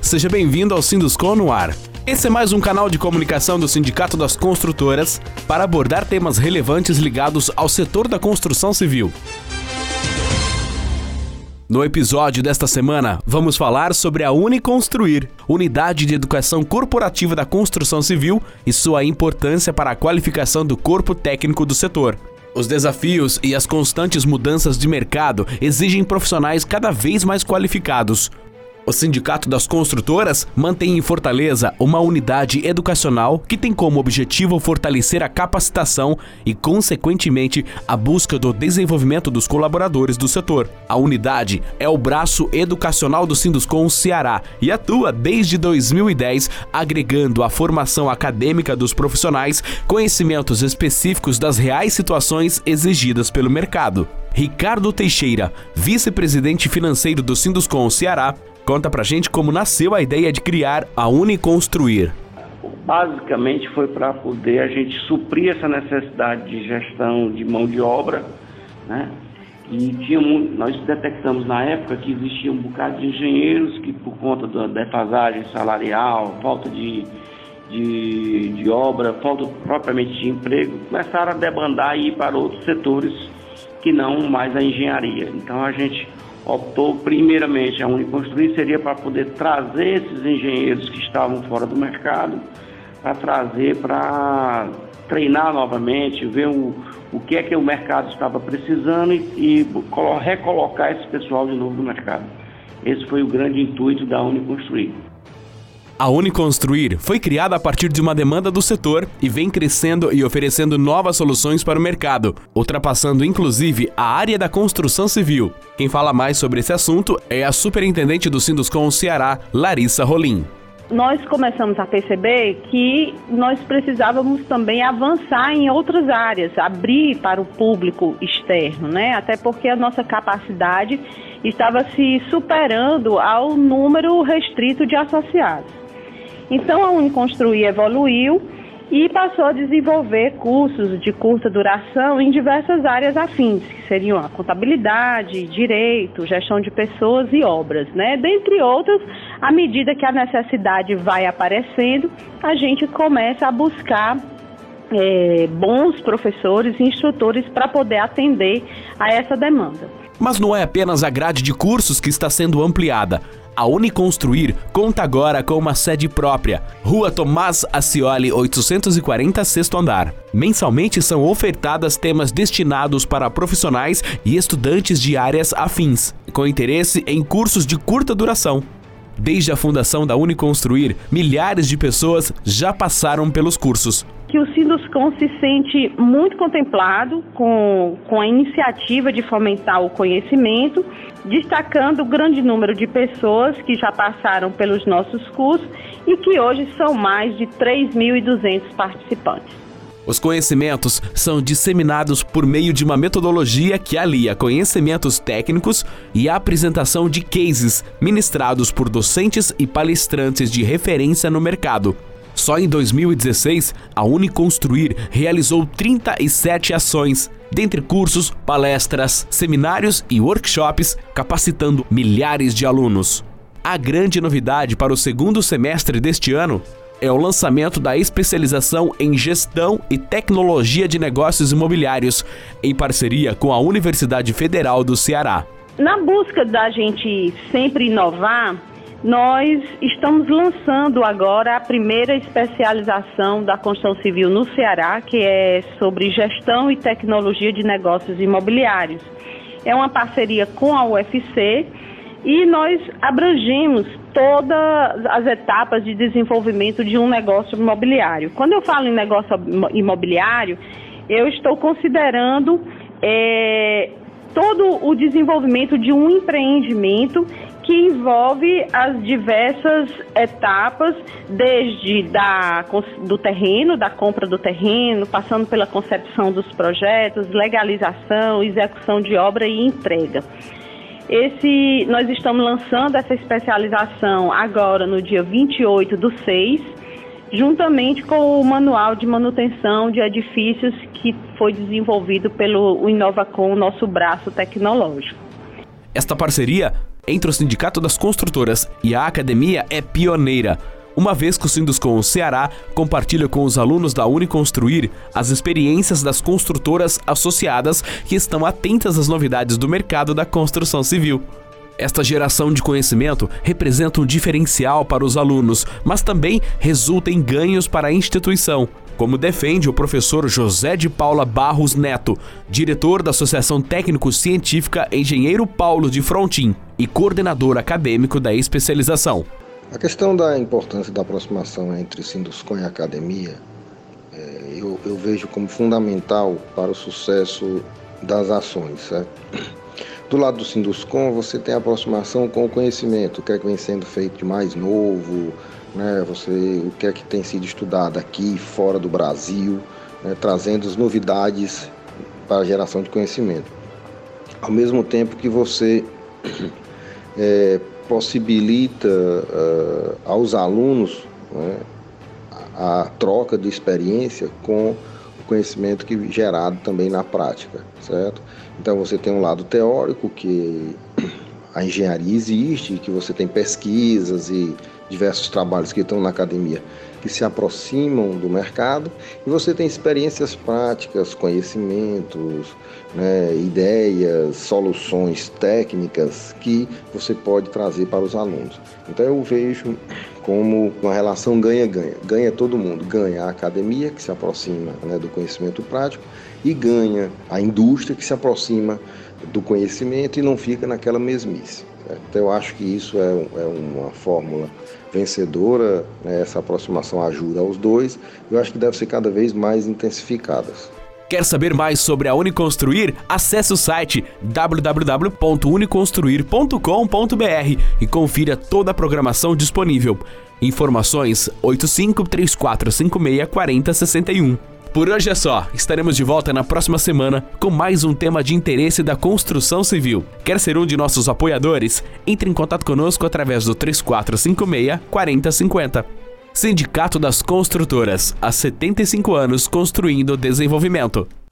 seja bem-vindo ao Sinduscon no ar. Esse é mais um canal de comunicação do Sindicato das Construtoras para abordar temas relevantes ligados ao setor da construção civil. No episódio desta semana, vamos falar sobre a Uniconstruir, Unidade de Educação Corporativa da Construção Civil e sua importância para a qualificação do corpo técnico do setor. Os desafios e as constantes mudanças de mercado exigem profissionais cada vez mais qualificados. O Sindicato das Construtoras mantém em Fortaleza uma unidade educacional que tem como objetivo fortalecer a capacitação e, consequentemente, a busca do desenvolvimento dos colaboradores do setor. A unidade é o braço educacional do Sinduscon Ceará e atua desde 2010, agregando à formação acadêmica dos profissionais conhecimentos específicos das reais situações exigidas pelo mercado. Ricardo Teixeira, vice-presidente financeiro do Sinduscon Ceará, conta pra gente como nasceu a ideia de criar a Uniconstruir. Basicamente foi para poder a gente suprir essa necessidade de gestão de mão de obra, né? E nós detectamos na época que existia um bocado de engenheiros que, por conta da defasagem salarial, falta de obra, falta propriamente de emprego, começaram a debandar e ir para outros setores que não mais a engenharia. Então a gente optou primeiramente, a Uniconstruir seria para poder trazer esses engenheiros que estavam fora do mercado, para trazer, para treinar novamente, ver o que é que o mercado estava precisando e recolocar esse pessoal de novo no mercado. Esse foi o grande intuito da Uniconstruir. A Uniconstruir foi criada a partir de uma demanda do setor e vem crescendo e oferecendo novas soluções para o mercado, ultrapassando inclusive a área da construção civil. Quem fala mais sobre esse assunto é a superintendente do Sinduscon Ceará, Larissa Rolim. Nós começamos a perceber que nós precisávamos também avançar em outras áreas, abrir para o público externo, né? Até porque a nossa capacidade estava se superando ao número restrito de associados. Então a Uniconstruir evoluiu e passou a desenvolver cursos de curta duração em diversas áreas afins, que seriam a contabilidade, direito, gestão de pessoas e obras, né? Dentre outras, à medida que a necessidade vai aparecendo, a gente começa a buscar bons professores e instrutores para poder atender a essa demanda. Mas não é apenas a grade de cursos que está sendo ampliada. A Uniconstruir conta agora com uma sede própria, Rua Tomás Acioli 840, 6º andar. Mensalmente são ofertadas temas destinados para profissionais e estudantes de áreas afins, com interesse em cursos de curta duração. Desde a fundação da Uniconstruir, milhares de pessoas já passaram pelos cursos. Que o Sinduscon se sente muito contemplado com a iniciativa de fomentar o conhecimento, destacando o grande número de pessoas que já passaram pelos nossos cursos e que hoje são mais de 3.200 participantes. Os conhecimentos são disseminados por meio de uma metodologia que alia conhecimentos técnicos e a apresentação de cases ministrados por docentes e palestrantes de referência no mercado. Só em 2016, a Uniconstruir realizou 37 ações, dentre cursos, palestras, seminários e workshops, capacitando milhares de alunos. A grande novidade para o segundo semestre deste ano é o lançamento da especialização em Gestão e Tecnologia de Negócios Imobiliários, em parceria com a Universidade Federal do Ceará. Na busca da gente sempre inovar, nós estamos lançando agora a primeira especialização da construção civil no Ceará, que é sobre Gestão e Tecnologia de Negócios Imobiliários. É uma parceria com a UFC e nós abrangemos todas as etapas de desenvolvimento de um negócio imobiliário. Quando eu falo em negócio imobiliário, eu estou considerando todo o desenvolvimento de um empreendimento que envolve as diversas etapas, desde do terreno, da compra do terreno, passando pela concepção dos projetos, legalização, execução de obra e entrega. Nós estamos lançando essa especialização agora no dia 28/6, juntamente com o Manual de Manutenção de Edifícios que foi desenvolvido pelo Inovacom, nosso braço tecnológico. Esta parceria entre o Sindicato das Construtoras e a academia é pioneira, uma vez que o Sinduscon Ceará compartilha com os alunos da Uniconstruir as experiências das construtoras associadas que estão atentas às novidades do mercado da construção civil. Esta geração de conhecimento representa um diferencial para os alunos, mas também resulta em ganhos para a instituição, como defende o professor José de Paula Barros Neto, diretor da Associação Técnico-Científica Engenheiro Paulo de Frontin e coordenador acadêmico da especialização. A questão da importância da aproximação entre Sinduscon e a academia, eu vejo como fundamental para o sucesso das ações, certo? Do lado do Sinduscon, você tem a aproximação com o conhecimento, o que é que vem sendo feito de mais novo, né? O que é que tem sido estudado aqui, fora do Brasil, né? Trazendo as novidades para a geração de conhecimento. Ao mesmo tempo que você possibilita aos alunos, né, a troca de experiência com o conhecimento que é gerado também na prática, certo? Então você tem um lado teórico, que a engenharia existe, que você tem pesquisas e diversos trabalhos que estão na academia que se aproximam do mercado, e você tem experiências práticas, conhecimentos, né, ideias, soluções técnicas que você pode trazer para os alunos. Então eu vejo como uma relação ganha-ganha. Ganha todo mundo, ganha a academia, que se aproxima, né, do conhecimento prático, e ganha a indústria, que se aproxima do conhecimento e não fica naquela mesmice. Então eu acho que isso é uma fórmula vencedora, né? Essa aproximação ajuda aos dois, eu acho que deve ser cada vez mais intensificadas. Quer saber mais sobre a Uniconstruir? Acesse o site www.uniconstruir.com.br e confira toda a programação disponível. Informações 8534564061. Por hoje é só, estaremos de volta na próxima semana com mais um tema de interesse da construção civil. Quer ser um de nossos apoiadores? Entre em contato conosco através do 3456-4050. Sindicato das Construtoras, há 75 anos construindo desenvolvimento.